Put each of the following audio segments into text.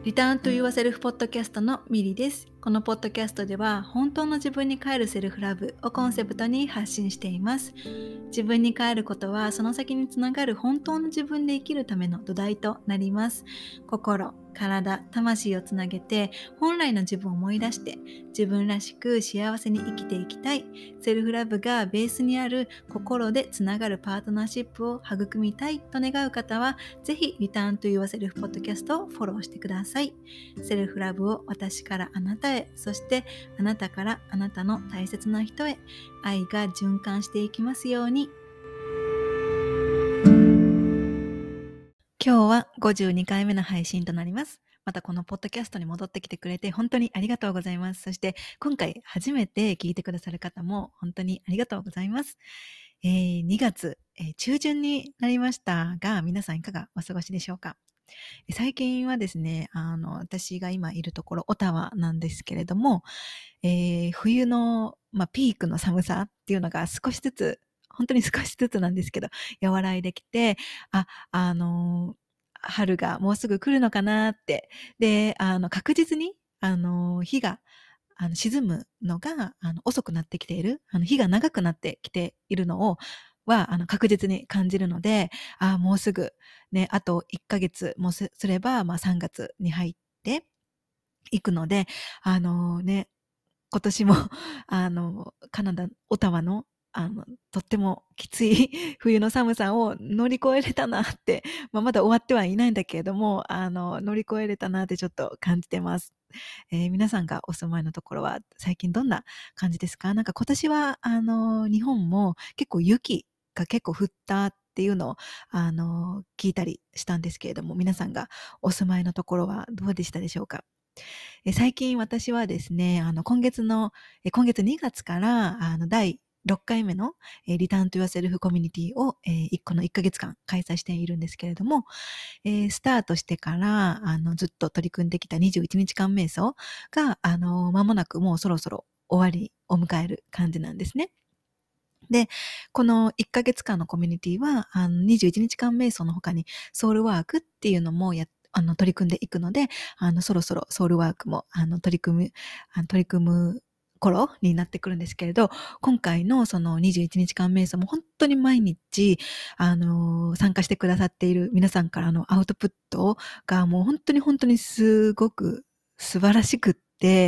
リターントゥユアセルフポッドキャストのミリです。このポッドキャストでは本当の自分に帰るセルフラブをコンセプトに発信しています。自分に帰ることはその先につながる本当の自分で生きるための土台となります。心、体、魂をつなげて本来の自分を思い出して自分らしく幸せに生きていきたい。セルフラブがベースにある心でつながるパートナーシップを育みたいと願う方はぜひリターントゥユアセルフポッドキャストをフォローしてください。セルフラブを私からあなたへ、そしてあなたからあなたの大切な人へ、愛が循環していきますように。今日は52回目の配信となります。またこのポッドキャストに戻ってきてくれて本当にありがとうございます。そして今回初めて聞いてくださる方も本当にありがとうございます。2月、中旬になりましたが、皆さんいかがお過ごしでしょうか？最近はですね、私が今いるところ、オタワなんですけれども、冬の、ピークの寒さっていうのが少しずつ、本当に少しずつなんですけど、和らいできて、春がもうすぐ来るのかなって。で、確実に、日が、沈むのが、遅くなってきている、日が長くなってきているのは、確実に感じるので、もうすぐ、ね、あと1ヶ月もすれば、3月に入っていくので、今年も、カナダ、オタワの、とってもきつい冬の寒さを乗り越えれたなって、まだ終わってはいないんだけれども、乗り越えれたなってちょっと感じてます。皆さんがお住まいのところは最近どんな感じですか？なんか今年は、日本も結構雪が結構降ったっていうのを、聞いたりしたんですけれども、皆さんがお住まいのところはどうでしたでしょうか？最近私はですね、今月2月から、第6回目の、リターントゥアセルフコミュニティを、この1ヶ月間開催しているんですけれども、スタートしてから、ずっと取り組んできた21日間瞑想が、間もなくもうそろそろ終わりを迎える感じなんですね。で、この1ヶ月間のコミュニティは、21日間瞑想の他にソウルワークっていうのも取り組んでいくので、そろそろソウルワークも、取り組む頃になってくるんですけれど、今回のその21日間瞑想も本当に毎日、参加してくださっている皆さんからのアウトプットがもう本当に本当にすごく素晴らしくって、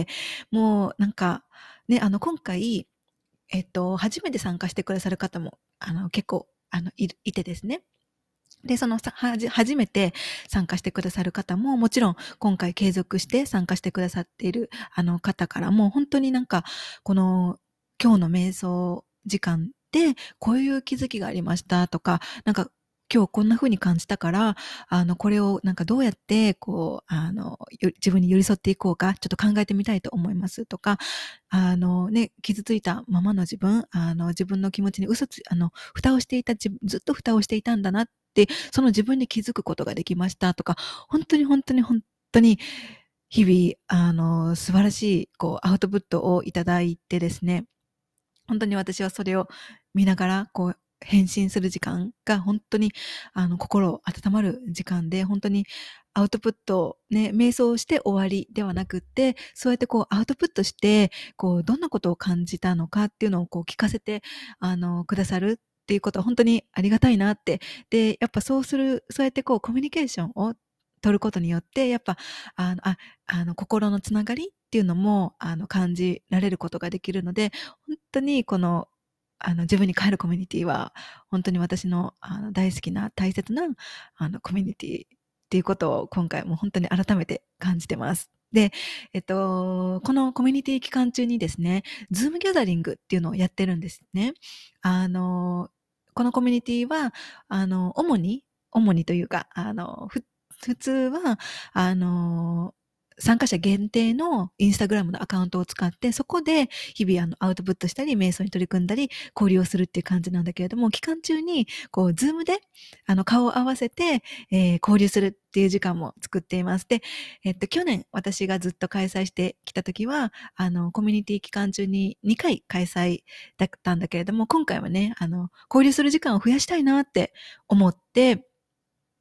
もうなんか、ね、今回、初めて参加してくださる方も、結構、いてですね。で、初めて参加してくださる方も、もちろん今回継続して参加してくださっている、方からも、本当になんか、この、今日の瞑想時間で、こういう気づきがありましたとか、なんか、今日こんな風に感じたから、これをなんかどうやって、自分に寄り添っていこうか、ちょっと考えてみたいと思いますとか、傷ついたままの自分、自分の気持ちに蓋をしていた、ずっと蓋をしていたんだなって、その自分に気づくことができましたとか、本当に本当に本当に、日々、素晴らしい、アウトプットをいただいてですね、本当に私はそれを見ながら、返信する時間が本当に、心温まる時間で、本当にアウトプットね、瞑想して終わりではなくって、そうやってアウトプットして、どんなことを感じたのかっていうのを聞かせて、くださるっていうことは本当にありがたいなって。で、やっぱそうやってコミュニケーションを取ることによって、やっぱ、あの、あ心のつながりっていうのも、感じられることができるので、本当に自分に帰るコミュニティは、本当に私の、大好きな大切な、コミュニティっていうことを今回も本当に改めて感じてます。で、このコミュニティ期間中にですね、ズームギャザリングっていうのをやってるんですね。このコミュニティは、主にというか、普通は、あの、参加者限定のインスタグラムのアカウントを使って、そこで日々アウトプットしたり、瞑想に取り組んだり、交流をするっていう感じなんだけれども、期間中に、ズームで、顔を合わせて、交流するっていう時間も作っています。で、去年私がずっと開催してきた時は、コミュニティ期間中に2回開催だったんだけれども、今回はね、交流する時間を増やしたいなって思って、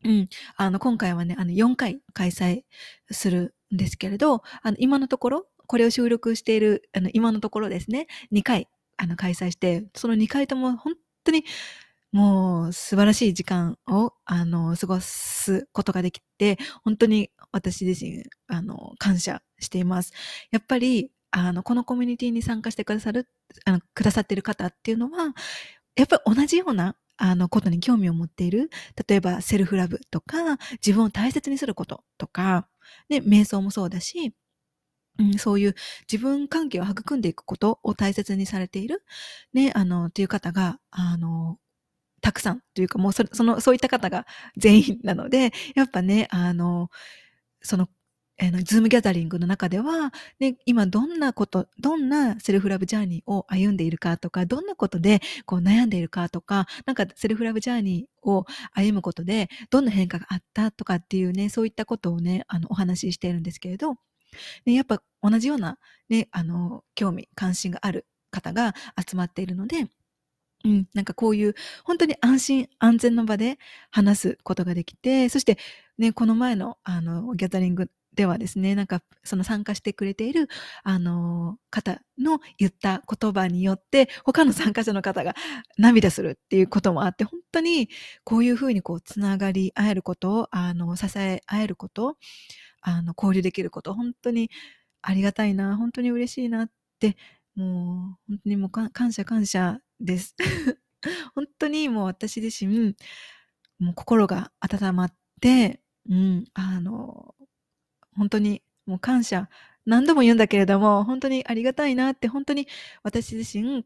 うん。今回はね、4回開催するんですけれど、今のところ、これを収録している、今のところですね、2回、開催して、その2回とも本当にもう素晴らしい時間を、過ごすことができて、本当に私自身、感謝しています。やっぱり、このコミュニティに参加してくださっている方っていうのは、やっぱり同じような、ことに興味を持っている。例えば、セルフラブとか、自分を大切にすることとか、ね、瞑想もそうだし、うん、そういう自分関係を育んでいくことを大切にされている、ね、っていう方が、たくさんというか、もうそういった方が全員なので、やっぱね、その、ズームギャザリングの中では、ね、今どんなセルフラブジャーニーを歩んでいるかとか、どんなことでこう悩んでいるかとか、なんかセルフラブジャーニーを歩むことで、どんな変化があったとかっていうね、そういったことをね、お話ししているんですけれど、ね、やっぱ同じようなね、興味関心がある方が集まっているので、うん、なんかこういう本当に安心安全の場で話すことができて、そしてね、この前のギャザリングではですね、なんかその参加してくれている方の言った言葉によって、他の参加者の方が涙するっていうこともあって、本当にこういう風にこうつながり合えること、支え合えること、交流できること、本当にありがたいな、本当に嬉しいなって、もう本当にもう感謝です。本当にもう私自身、もう心が温まって、うん、本当にもう感謝、何度も言うんだけれども、本当にありがたいなって、本当に私自身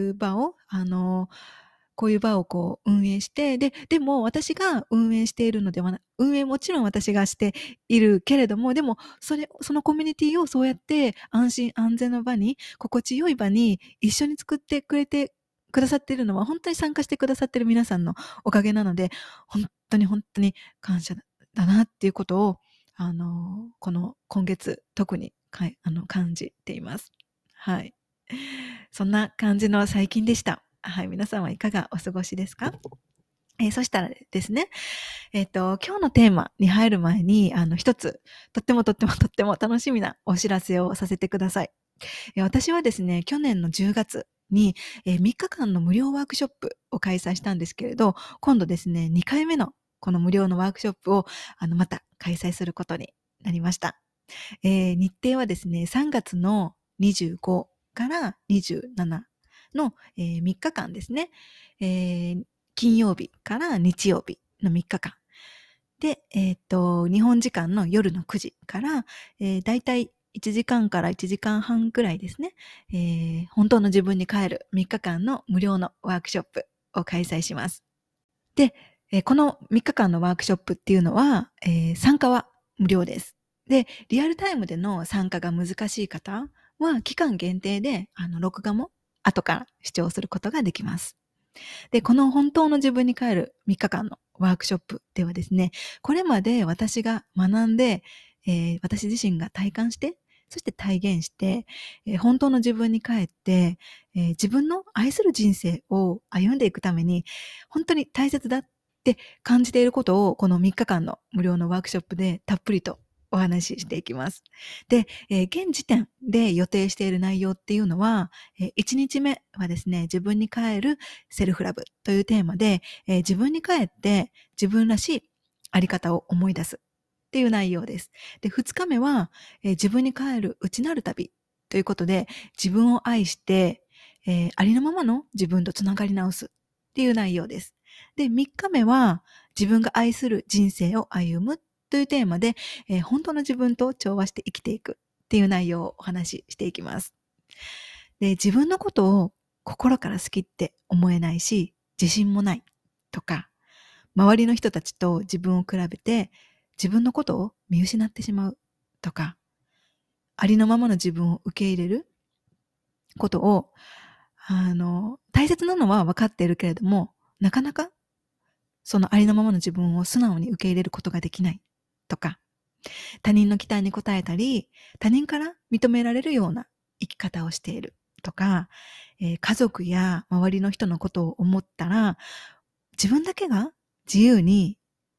こういう場をこう運営して、でも私が運営しているのではな運営もちろん私がしているけれども、でもそのコミュニティをそうやって安心安全な場に、心地よい場に一緒に作ってくれてくださっているのは、本当に参加してくださっている皆さんのおかげなので、本当に感謝だなっていうことをこの今月特に感じています。はい。そんな感じの最近でした。はい。皆さんはいかがお過ごしですか？そしたらですね、今日のテーマに入る前に、一つ、とっても楽しみなお知らせをさせてください。私はですね、去年の10月に、3日間の無料ワークショップを開催したんですけれど、今度ですね、2回目のこの無料のワークショップを、また開催することになりました。日程はですね、3月の25から27の、3日間ですね。金曜日から日曜日の3日間。で、日本時間の夜の9時から、だいたい1時間から1時間半くらいですね、本当の自分に帰る3日間の無料のワークショップを開催します。で、この3日間のワークショップっていうのは、参加は無料です。で、リアルタイムでの参加が難しい方は、期間限定で、録画も後から視聴することができます。で、この本当の自分に帰る3日間のワークショップではですね、これまで私が学んで、私自身が体感して、そして体現して、本当の自分に帰って、自分の愛する人生を歩んでいくために、本当に大切だって感じていることを、この3日間の無料のワークショップでたっぷりとお話ししていきます。で、現時点で予定している内容っていうのは、1日目はですね、自分に帰るセルフラブというテーマで、自分に帰って自分らしいあり方を思い出すっていう内容です。で、2日目は、自分に帰る内なる旅ということで、自分を愛して、ありのままの自分とつながり直すっていう内容です。で、3日目は自分が愛する人生を歩むというテーマで、本当の自分と調和して生きていくっていう内容をお話ししていきます。で、自分のことを心から好きって思えないし、自信もないとか、周りの人たちと自分を比べて自分のことを見失ってしまうとか、ありのままの自分を受け入れることを、大切なのは分かっているけれども、なかなかそのありのままの自分を素直に受け入れることができないとか、他人の期待に応えたり、他人から認められるような生き方をしているとか、家族や周りの人のことを思ったら、自分だけが自由に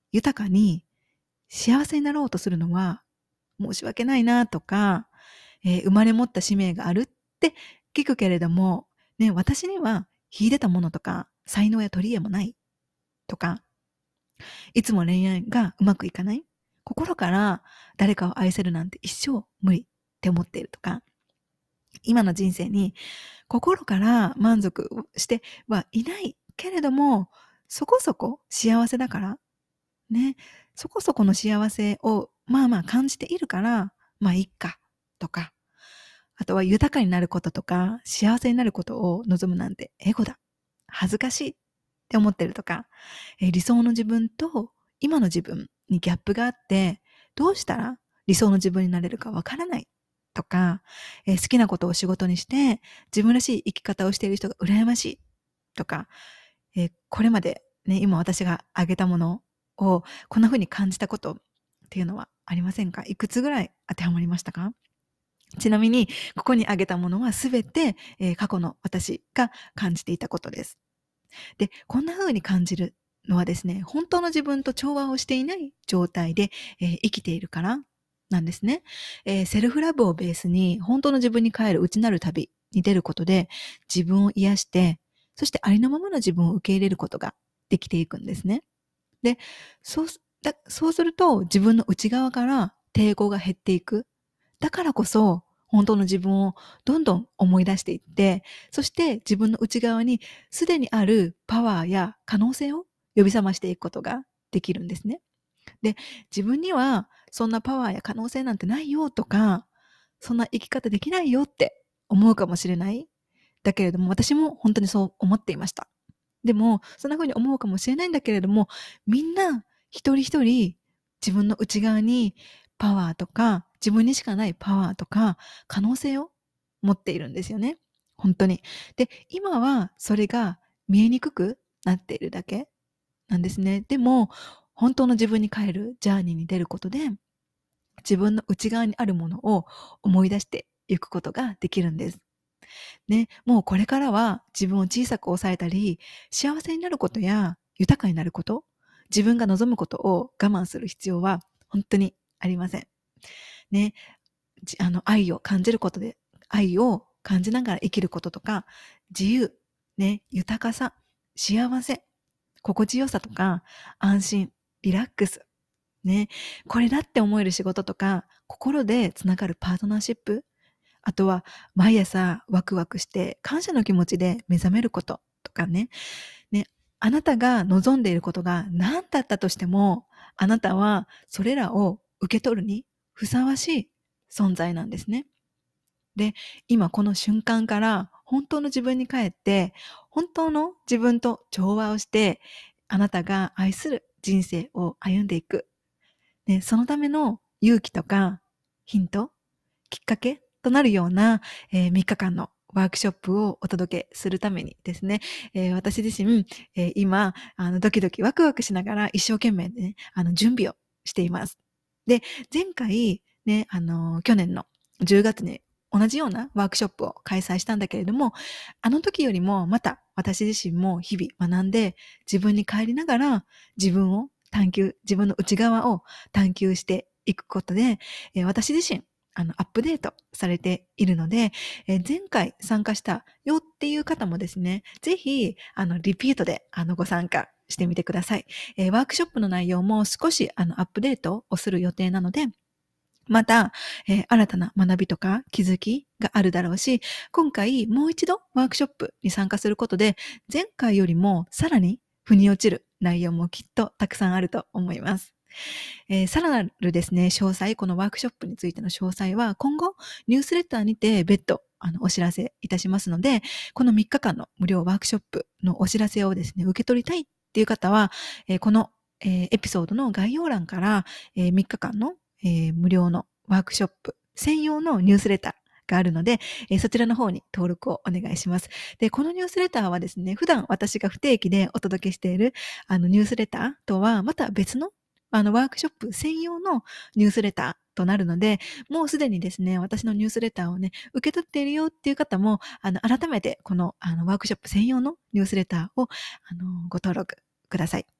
豊かに幸せになろうとするのは申し訳ないなとか、生まれ持った使命があるって聞くけれども、ね、私には秀でたものとか才能や取り柄もないとか、いつも恋愛がうまくいかない。心から誰かを愛せるなんて一生無理って思っているとか、今の人生に心から満足してはいないけれども、そこそこ幸せだから、ね、そこそこの幸せをまあまあ感じているから、まあいいかとか、あとは豊かになることとか、幸せになることを望むなんてエゴだ。恥ずかしいって思ってるとか、理想の自分と今の自分にギャップがあって、どうしたら理想の自分になれるかわからないとか、好きなことを仕事にして自分らしい生き方をしている人が羨ましいとか、これまでね、今私が挙げたものをこんな風に感じたことっていうのはありませんか？いくつぐらい当てはまりましたか？ちなみに、ここに挙げたものはすべて、過去の私が感じていたことです。で、こんな風に感じるのはですね、本当の自分と調和をしていない状態で、生きているからなんですね。セルフラブをベースに本当の自分に帰る内なる旅に出ることで、自分を癒して、そしてありのままの自分を受け入れることができていくんですね。で、そうすると自分の内側から抵抗が減っていく。だからこそ、本当の自分をどんどん思い出していって、そして自分の内側にすでにあるパワーや可能性を呼び覚ましていくことができるんですね。で、自分にはそんなパワーや可能性なんてないよとか、そんな生き方できないよって思うかもしれない。だけれども、私も本当にそう思っていました。でも、そんな風に思うかもしれないんだけれども、みんな一人一人自分の内側にパワーとか、自分にしかないパワーとか可能性を持っているんですよね。本当に。で、今はそれが見えにくくなっているだけなんですね。でも、本当の自分に帰るジャーニーに出ることで、自分の内側にあるものを思い出していくことができるんです。ね、もうこれからは自分を小さく抑えたり、幸せになることや豊かになること、自分が望むことを我慢する必要は本当にありません。ね、愛を感じることで、愛を感じながら生きることとか、自由、ね、豊かさ、幸せ、心地よさとか、安心、リラックス、ね、これだって思える仕事とか、心でつながるパートナーシップ、あとは毎朝ワクワクして感謝の気持ちで目覚めることとかね。ね、あなたが望んでいることが何だったとしても、あなたはそれらを受け取るにふさわしい存在なんですね。で、今この瞬間から本当の自分に帰って、本当の自分と調和をして、あなたが愛する人生を歩んでいく。ね、そのための勇気とかヒント、きっかけとなるような、3日間のワークショップをお届けするためにですね、私自身、今、ドキドキワクワクしながら一生懸命ね、準備をしています。で、前回、ね、去年の10月に同じようなワークショップを開催したんだけれども、あの時よりもまた私自身も日々学んで自分に帰りながら自分の内側を探求していくことで、私自身アップデートされているので、前回参加したよっていう方もですね、ぜひ、リピートで、ご参加してみてください。ワークショップの内容も少し、アップデートをする予定なので、また、新たな学びとか気づきがあるだろうし、今回もう一度ワークショップに参加することで、前回よりもさらに腑に落ちる内容もきっとたくさんあると思います。さらなるですね、詳細、このワークショップについての詳細は、今後、ニュースレターにて別途、お知らせいたしますので、この3日間の無料ワークショップのお知らせをですね、受け取りたいっていう方は、この、エピソードの概要欄から、3日間の、無料のワークショップ専用のニュースレターがあるので、そちらの方に登録をお願いします。で、このニュースレターはですね、普段私が不定期でお届けしているニュースレターとはまた別のワークショップ専用のニュースレターとなるので、もうすでにですね、私のニュースレターをね、受け取っているよっていう方も、改めてこの、ワークショップ専用のニュースレターを、ご登録ください。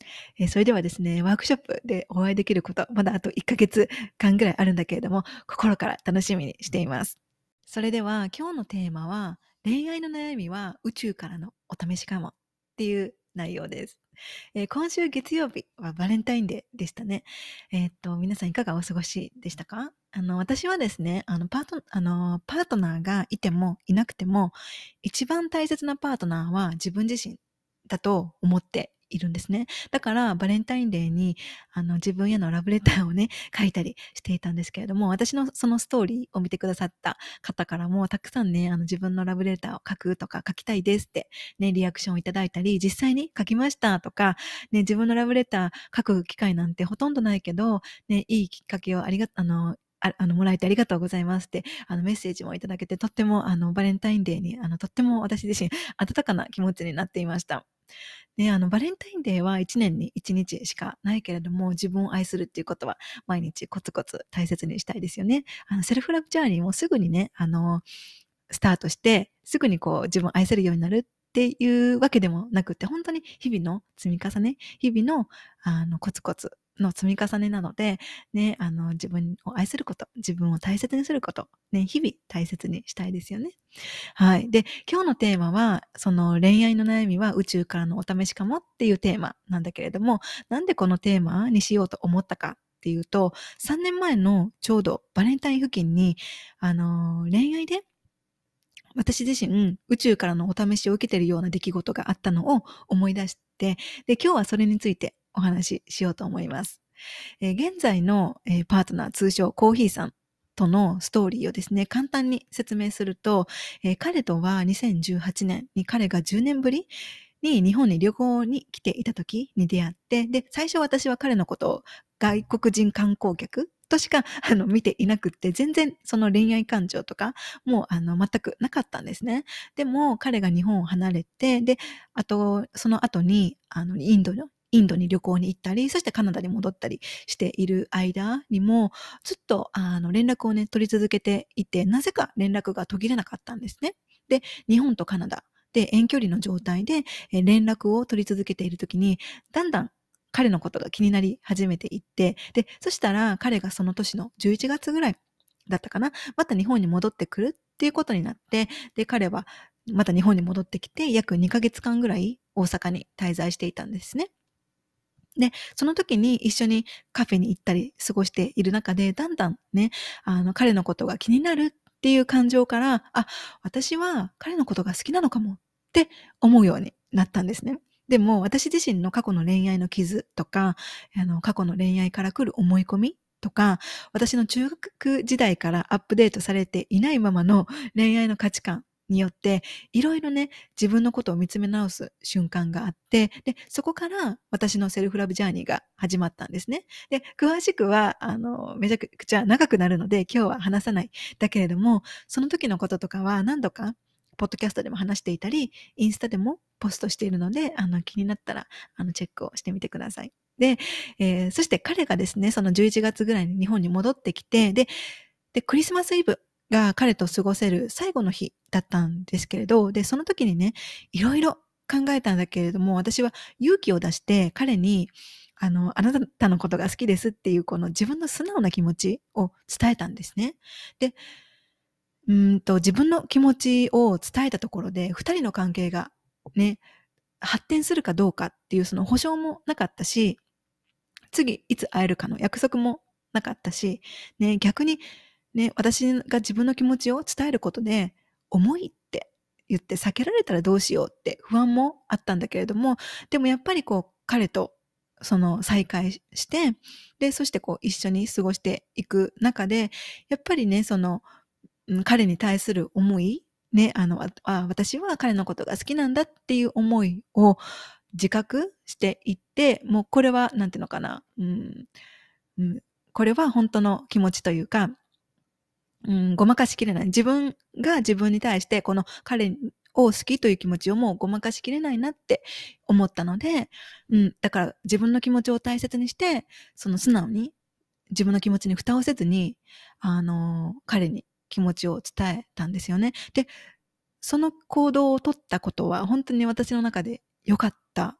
それではですね、ワークショップでお会いできること、まだあと1ヶ月間ぐらいあるんだけれども、心から楽しみにしています。それでは今日のテーマは、恋愛の悩みは宇宙からのお試しかもっていう内容です。今週月曜日はバレンタインデーでしたね。皆さんいかがお過ごしでしたか？私はですね、パートナーがいてもいなくても、一番大切なパートナーは自分自身だと思っているんですね。だから、バレンタインデーに、自分へのラブレターをね、書いたりしていたんですけれども、私のそのストーリーを見てくださった方からも、たくさんね、自分のラブレターを書くとか、書きたいですって、ね、リアクションをいただいたり、実際に書きましたとか、ね、自分のラブレター書く機会なんてほとんどないけど、ね、いいきっかけをもらえてありがとうございますって、メッセージもいただけて、とっても、バレンタインデーに、とっても私自身、温かな気持ちになっていました。ね、バレンタインデーは1年に1日しかないけれども、自分を愛するっていうことは毎日コツコツ大切にしたいですよね。セルフラブジャーニーもすぐにね、スタートして、すぐにこう自分を愛せるようになるっていうわけでもなくて、本当に日々の積み重ね、日々のコツコツの積み重ねなので、ね、自分を愛すること、自分を大切にすること、ね、日々大切にしたいですよね。はい。で、今日のテーマは、その恋愛の悩みは宇宙からのお試しかもっていうテーマなんだけれども、なんでこのテーマにしようと思ったかっていうと、3年前のちょうどバレンタイン付近に、恋愛で私自身宇宙からのお試しを受けているような出来事があったのを思い出して、で、今日はそれについてお話ししようと思います。現在の、パートナー、通称コーヒーさんとのストーリーをですね、簡単に説明すると、彼とは2018年に彼が10年ぶりに日本に旅行に来ていた時に出会って、で、最初私は彼のことを外国人観光客としか見ていなくって、全然その恋愛感情とかもう全くなかったんですね。でも彼が日本を離れて、で、その後にインドに旅行に行ったり、そしてカナダに戻ったりしている間にも、ずっと連絡をね、取り続けていて、なぜか連絡が途切れなかったんですね。で、日本とカナダで遠距離の状態で連絡を取り続けているときに、だんだん彼のことが気になり始めていって、で、そしたら彼がその年の11月ぐらいだったかな、また日本に戻ってくるっていうことになって、で、彼はまた日本に戻ってきて、約2ヶ月間ぐらい大阪に滞在していたんですね。で、その時に一緒にカフェに行ったり過ごしている中で、だんだんね、彼のことが気になるっていう感情から、私は彼のことが好きなのかもって思うようになったんですね。でも、私自身の過去の恋愛の傷とか、過去の恋愛から来る思い込みとか、私の中学時代からアップデートされていないままの恋愛の価値観によって、いろいろね、自分のことを見つめ直す瞬間があって、で、そこから私のセルフラブジャーニーが始まったんですね。で、詳しくは、めちゃくちゃ長くなるので、今日は話さない。だけれども、その時のこととかは何度か、ポッドキャストでも話していたり、インスタでもポストしているので、気になったら、チェックをしてみてください。で、そして彼がですね、その11月ぐらいに日本に戻ってきて、で、クリスマスイブが彼と過ごせる最後の日だったんですけれど、で、その時にね、いろいろ考えたんだけれども、私は勇気を出して彼に、あなたのことが好きですっていうこの自分の素直な気持ちを伝えたんですね。で、自分の気持ちを伝えたところで、二人の関係がね、発展するかどうかっていうその保証もなかったし、次いつ会えるかの約束もなかったし、ね、逆にね、私が自分の気持ちを伝えることで、重いって言って避けられたらどうしようって不安もあったんだけれども、でもやっぱりこう彼とその再会して、で、そしてこう一緒に過ごしていく中で、やっぱりね、彼に対する思い、ね、私は彼のことが好きなんだっていう思いを自覚していって、もうこれは、なんていうのかな、うん、これは本当の気持ちというか、ごまかしきれない。自分が自分に対して、この彼を好きという気持ちをもうごまかしきれないなって思ったので、だから自分の気持ちを大切にして、その素直に自分の気持ちに蓋をせずに、彼に気持ちを伝えたんですよね。で、その行動を取ったことは本当に私の中で良かった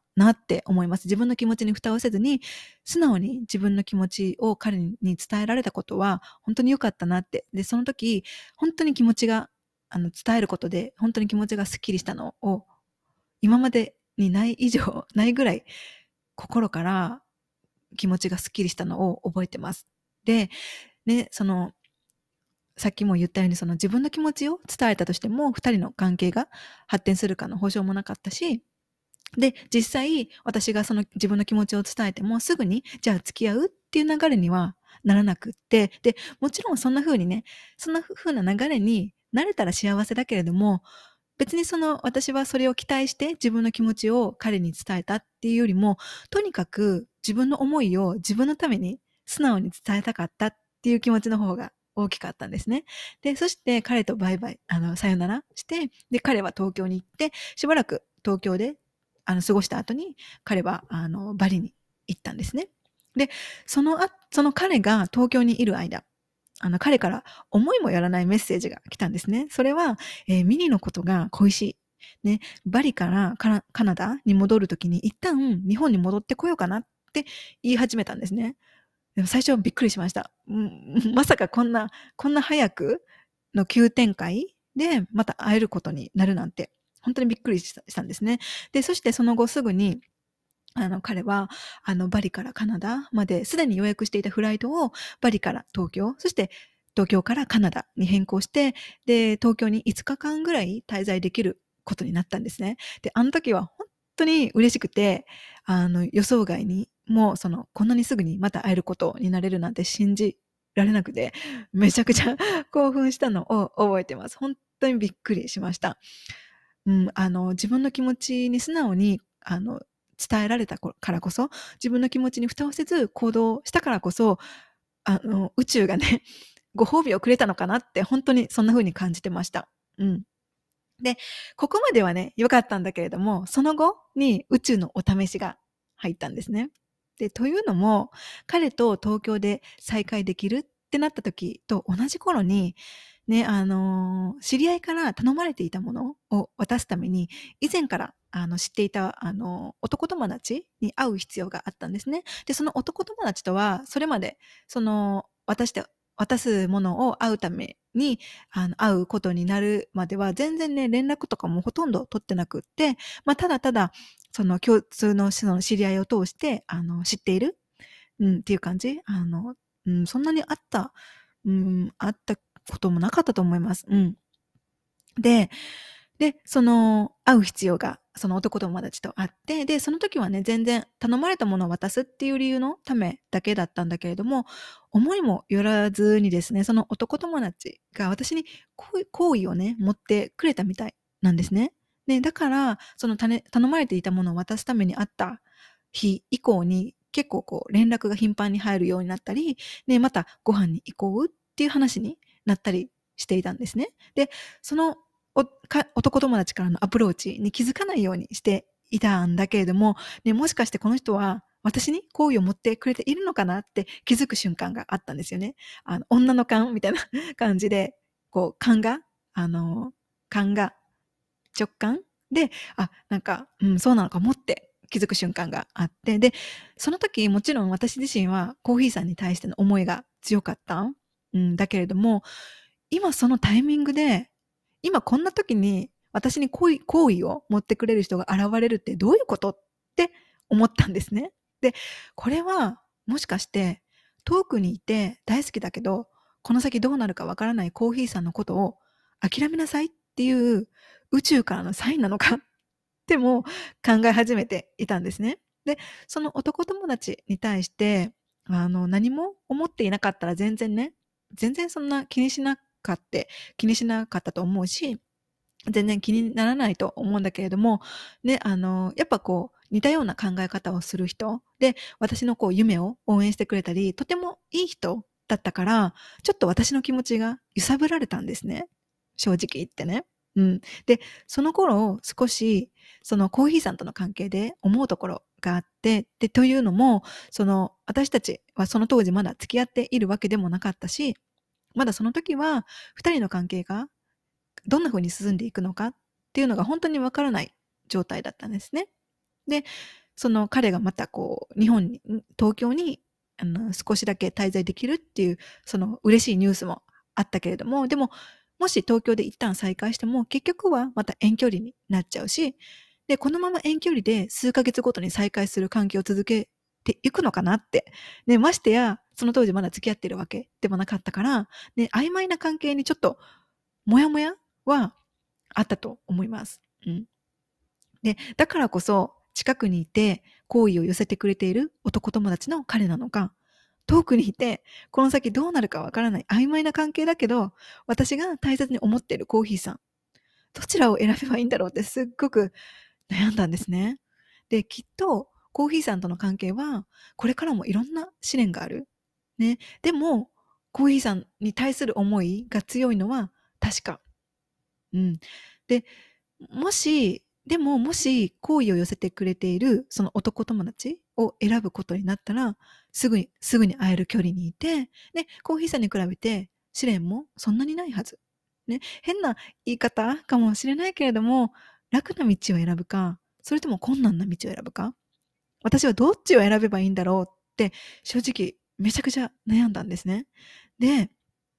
なって思います。自分の気持ちに蓋をせずに、素直に自分の気持ちを彼に伝えられたことは、本当に良かったなって。で、その時、本当に気持ちが、伝えることで、本当に気持ちがスッキリしたのを、今までにない以上、ないぐらい、心から気持ちがスッキリしたのを覚えてます。で、ね、さっきも言ったように、自分の気持ちを伝えたとしても、二人の関係が発展するかの保証もなかったし、で、実際、私がその自分の気持ちを伝えても、すぐに、じゃあ付き合うっていう流れにはならなくって、で、もちろんそんな風にね、そんな風な流れになれたら幸せだけれども、別に私はそれを期待して自分の気持ちを彼に伝えたっていうよりも、とにかく自分の思いを自分のために素直に伝えたかったっていう気持ちの方が大きかったんですね。で、そして彼とバイバイ、さよならして、で、彼は東京に行って、しばらく東京で、過ごした後に、彼は、バリに行ったんですね。で、その彼が東京にいる間、彼から思いもやらないメッセージが来たんですね。それは、ミニのことが恋しい。ね、バリからカナダに戻るときに一旦日本に戻ってこようかなって言い始めたんですね。でも最初はびっくりしました。まさかこんな早くの急展開でまた会えることになるなんて、本当にびっくりしたんですね。で、そしてその後すぐに、彼は、バリからカナダまで、すでに予約していたフライトを、バリから東京、そして東京からカナダに変更して、で、東京に5日間ぐらい滞在できることになったんですね。で、あの時は本当に嬉しくて、予想外に、もうこんなにすぐにまた会えることになれるなんて信じられなくて、めちゃくちゃ興奮したのを覚えてます。本当にびっくりしました。自分の気持ちに素直に、伝えられたからこそ、自分の気持ちに蓋をせず行動したからこそ、宇宙がね、ご褒美をくれたのかなって、本当にそんな風に感じてました。うん。で、ここまではね、良かったんだけれども、その後に宇宙のお試しが入ったんですね。で、というのも、彼と東京で再会できるってなった時と同じ頃に、ね、知り合いから頼まれていたものを渡すために、以前から、知っていた、男友達に会う必要があったんですね。で、その男友達とは、それまで、渡すものを会うために、会うことになるまでは、全然ね、連絡とかもほとんど取ってなくって、ただただ、共通の知り合いを通して、知っている、っていう感じ。そんなに会ったこともなかったと思います。うん。で、会う必要が、その男友達とあって、で、その時はね、全然頼まれたものを渡すっていう理由のためだけだったんだけれども、思いもよらずにですね、その男友達が私に好意をね、持ってくれたみたいなんですね。で、だから、頼まれていたものを渡すために会った日以降に、結構連絡が頻繁に入るようになったり、ね、またご飯に行こうっていう話になったりしていたんですね。で、その男友達からのアプローチに気づかないようにしていたんだけれども、ね、もしかしてこの人は私に好意を持ってくれているのかなって気づく瞬間があったんですよね。女の勘みたいな感じで、あの、勘が直感で、なんか、そうなのかもって気づく瞬間があって、で、その時もちろん私自身はコーヒーさんに対しての思いが強かった。だけれども、今そのタイミングで、今こんな時に私に好意を持ってくれる人が現れるってどういうことって思ったんですね。で、これはもしかして遠くにいて大好きだけど、この先どうなるかわからないコーヒーさんのことを諦めなさいっていう宇宙からのサインなのかっても考え始めていたんですね。で、その男友達に対して、何も思っていなかったら全然そんな気にしなかったと思うし、全然気にならないと思うんだけれども、ね、やっぱ似たような考え方をする人で、私の夢を応援してくれたり、とてもいい人だったから、ちょっと私の気持ちが揺さぶられたんですね。正直言ってね。うん。で、その頃少し、そのコーヒーさんとの関係で思うところがあって、で、というのも、私たちはその当時まだ付き合っているわけでもなかったし、まだその時は二人の関係がどんな風に進んでいくのかっていうのが本当にわからない状態だったんですね。で、 その彼がまた日本に、東京に、少しだけ滞在できるっていう、その嬉しいニュースもあったけれども、でも、もし東京で一旦再開しても、結局はまた遠距離になっちゃうし、で、このまま遠距離で数ヶ月ごとに再開する関係を続けていくのかなって。ね、ましてや、その当時まだ付き合ってるわけでもなかったから、ね、曖昧な関係にちょっと、もやもやはあったと思います。うん。で、だからこそ、近くにいて、好意を寄せてくれている男友達の彼なのか、遠くにいて、この先どうなるかわからない曖昧な関係だけど、私が大切に思っているコーヒーさん、どちらを選べばいいんだろうってすっごく悩んだんですね。で、きっと、コーヒーさんとの関係は、これからもいろんな試練がある。ね。でも、コーヒーさんに対する思いが強いのは確か。うん。で、もし好意を寄せてくれているその男友達を選ぶことになったら、すぐに会える距離にいて、で、コーヒーさんに比べて試練もそんなにないはず。ね、変な言い方かもしれないけれども、楽な道を選ぶか、それとも困難な道を選ぶか、私はどっちを選べばいいんだろうって正直めちゃくちゃ悩んだんですね。で、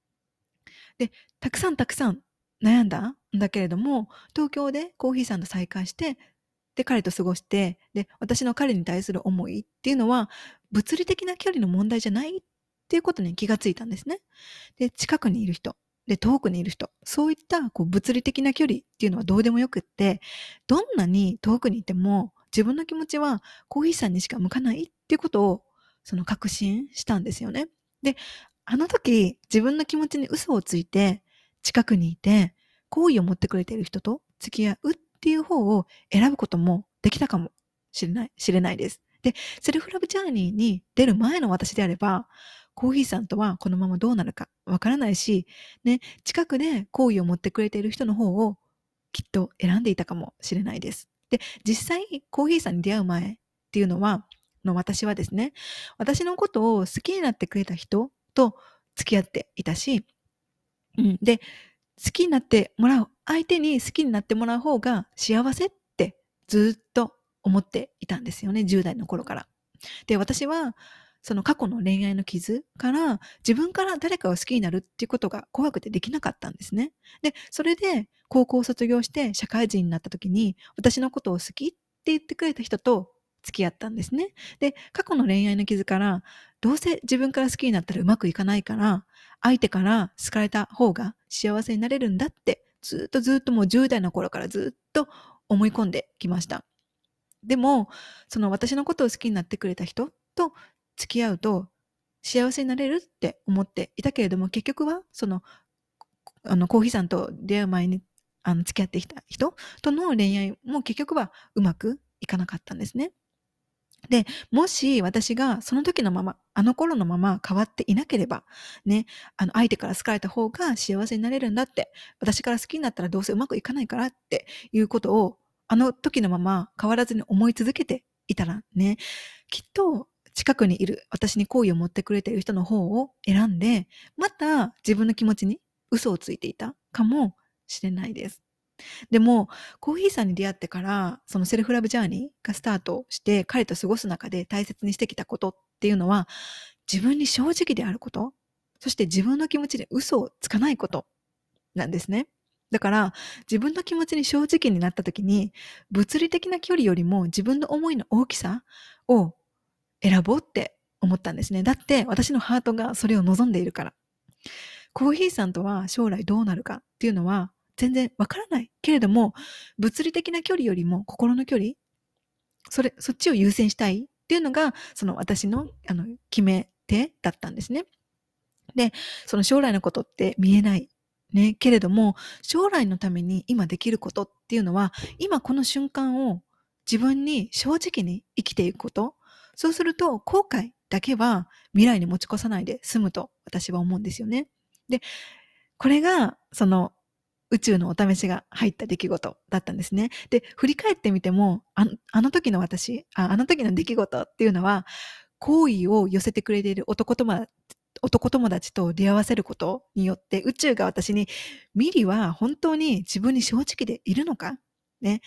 たくさん悩んだんだけれども、東京でコーヒーさんと再会して、で、彼と過ごして、で、私の彼に対する思いっていうのは、物理的な距離の問題じゃないっていうことに気がついたんですね。で、近くにいる人、で、遠くにいる人、そういった物理的な距離っていうのはどうでもよくって、どんなに遠くにいても、自分の気持ちはコーヒーさんにしか向かないっていうことを、確信したんですよね。で、あの時、自分の気持ちに嘘をついて、近くにいて、好意を持ってくれている人と付き合うっていう方を選ぶこともできたかもしれないです。で、セルフラブジャーニーに出る前の私であれば、コーヒーさんとはこのままどうなるかわからないし、ね、近くで好意を持ってくれている人の方をきっと選んでいたかもしれないです。で、実際、コーヒーさんに出会う前っていうのは、私はですね、私のことを好きになってくれた人と付き合っていたし、うん。で、好きになってもらう、相手に好きになってもらう方が幸せってずっと思っていたんですよね、10代の頃から。で、私は、その過去の恋愛の傷から、自分から誰かを好きになるっていうことが怖くてできなかったんですね。で、それで高校を卒業して社会人になった時に、私のことを好きって言ってくれた人と付き合ったんですね。で、過去の恋愛の傷から、どうせ自分から好きになったらうまくいかないから、相手から好かれた方が幸せになれるんだって、ずっともう10代の頃からずっと思い込んできました。でも、その私のことを好きになってくれた人と付き合うと幸せになれるって思っていたけれども、結局は、コーヒーさんと出会う前に、付き合ってきた人との恋愛も結局はうまくいかなかったんですね。で、もし私がその時のまま、あの頃のまま変わっていなければ、ね、相手から好かれた方が幸せになれるんだって、私から好きになったらどうせうまくいかないからっていうことを、あの時のまま変わらずに思い続けていたらね、きっと近くにいる私に好意を持ってくれている人の方を選んで、また自分の気持ちに嘘をついていたかもしれないです。でも、コーヒーさんに出会ってから、そのセルフラブジャーニーがスタートして、彼と過ごす中で大切にしてきたことっていうのは、自分に正直であること、そして自分の気持ちで嘘をつかないことなんですね。だから、自分の気持ちに正直になった時に、物理的な距離よりも自分の思いの大きさを選ぼうって思ったんですね。だって、私のハートがそれを望んでいるから。コーヒーさんとは将来どうなるかっていうのは全然わからないけれども、物理的な距離よりも心の距離、そっちを優先したいっていうのが、その私の、決め手だったんですね。で、その将来のことって見えない。ね。けれども、将来のために今できることっていうのは、今この瞬間を自分に正直に生きていくこと。そうすると、後悔だけは未来に持ち越さないで済むと私は思うんですよね。で、これが、宇宙のお試しが入った出来事だったんですね。で、振り返ってみても、あの時の私、あの時の出来事っていうのは、好意を寄せてくれている男友達と出会わせることによって、宇宙が私に、ミリは本当に自分に正直でいるのかね。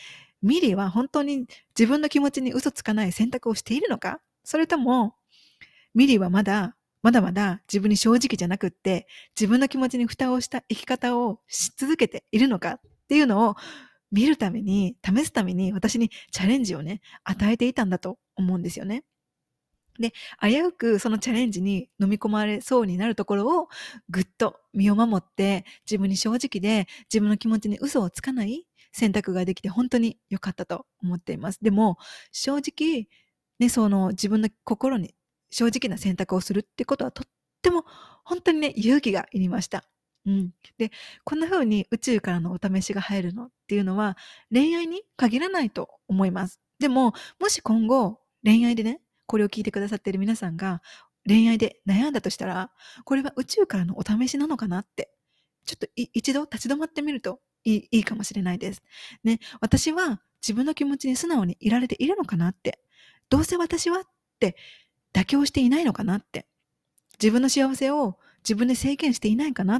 ミリは本当に自分の気持ちに嘘つかない選択をしているのか、それともミリはまだまだ自分に正直じゃなくって、自分の気持ちに蓋をした生き方をし続けているのかっていうのを見るために、試すために私にチャレンジをね、与えていたんだと思うんですよね。で、危うくそのチャレンジに飲み込まれそうになるところをぐっと身を守って自分に正直で自分の気持ちに嘘をつかない選択ができて本当に良かったと思っています。でも正直ね、その自分の心に正直な選択をするってことはとっても本当にね、勇気がいりました。うん。で、こんな風に宇宙からのお試しが入るのっていうのは恋愛に限らないと思います。でも、もし今後恋愛でね、これを聞いてくださっている皆さんが恋愛で悩んだとしたら、これは宇宙からのお試しなのかなって、ちょっと一度立ち止まってみるといいかもしれないです。ね、私は自分の気持ちに素直にいられているのかなって、どうせ私はって妥協していないのかなって、自分の幸せを自分で制限していないかなって、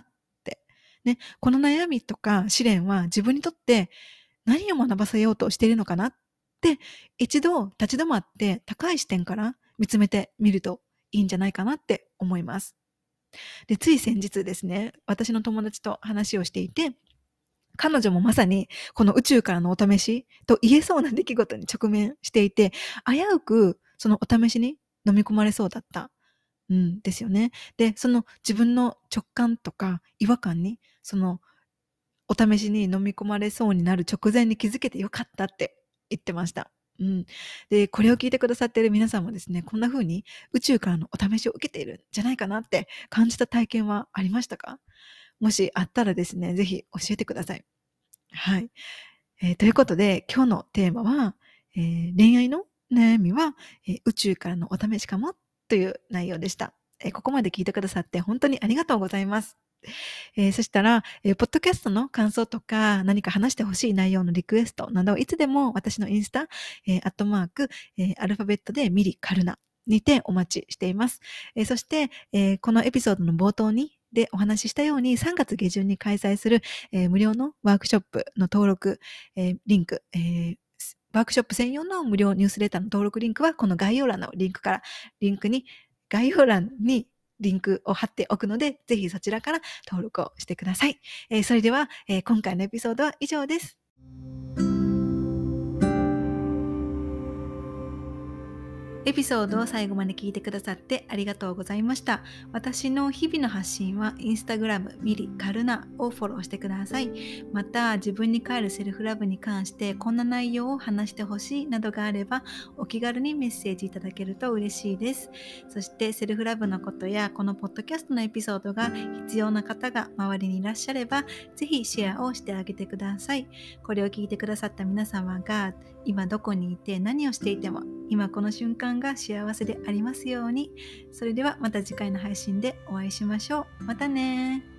ね、この悩みとか試練は自分にとって何を学ばせようとしているのかなって一度立ち止まって高い視点から見つめてみるといいんじゃないかなって思います。で、つい先日ですね、私の友達と話をしていて、彼女もまさにこの宇宙からのお試しと言えそうな出来事に直面していて、危うくそのお試しに飲み込まれそうだったんですよね。で、その自分の直感とか違和感に、そのお試しに飲み込まれそうになる直前に気づけてよかったって言ってました。うん。で、これを聞いてくださっている皆さんもですね、こんな風に宇宙からのお試しを受けているんじゃないかなって感じた体験はありましたか？もしあったらですね、ぜひ教えてください。はい。ということで、今日のテーマは、恋愛の悩みは、宇宙からのお試しかもという内容でした。ここまで聞いてくださって本当にありがとうございます。そしたら、ポッドキャストの感想とか、何か話してほしい内容のリクエストなど、いつでも私のインスタ、アットマーク、アルファベットでミリカルナにてお待ちしています。そして、このエピソードの冒頭でお話ししたように3月下旬に開催する、無料のワークショップの登録、リンク、ワークショップ専用の無料ニュースレターの登録リンクはこの概要欄の概要欄にリンクを貼っておくので、ぜひそちらから登録をしてください。それでは、今回のエピソードは以上です。エピソードを最後まで聞いてくださってありがとうございました。私の日々の発信はインスタグラムミリカルナをフォローしてください。また自分に帰るセルフラブに関してこんな内容を話してほしいなどがあればお気軽にメッセージいただけると嬉しいです。そしてセルフラブのことやこのポッドキャストのエピソードが必要な方が周りにいらっしゃればぜひシェアをしてあげてください。これを聞いてくださった皆様が今どこにいて何をしていても今この瞬間が幸せでありますように。それではまた次回の配信でお会いしましょう。またね。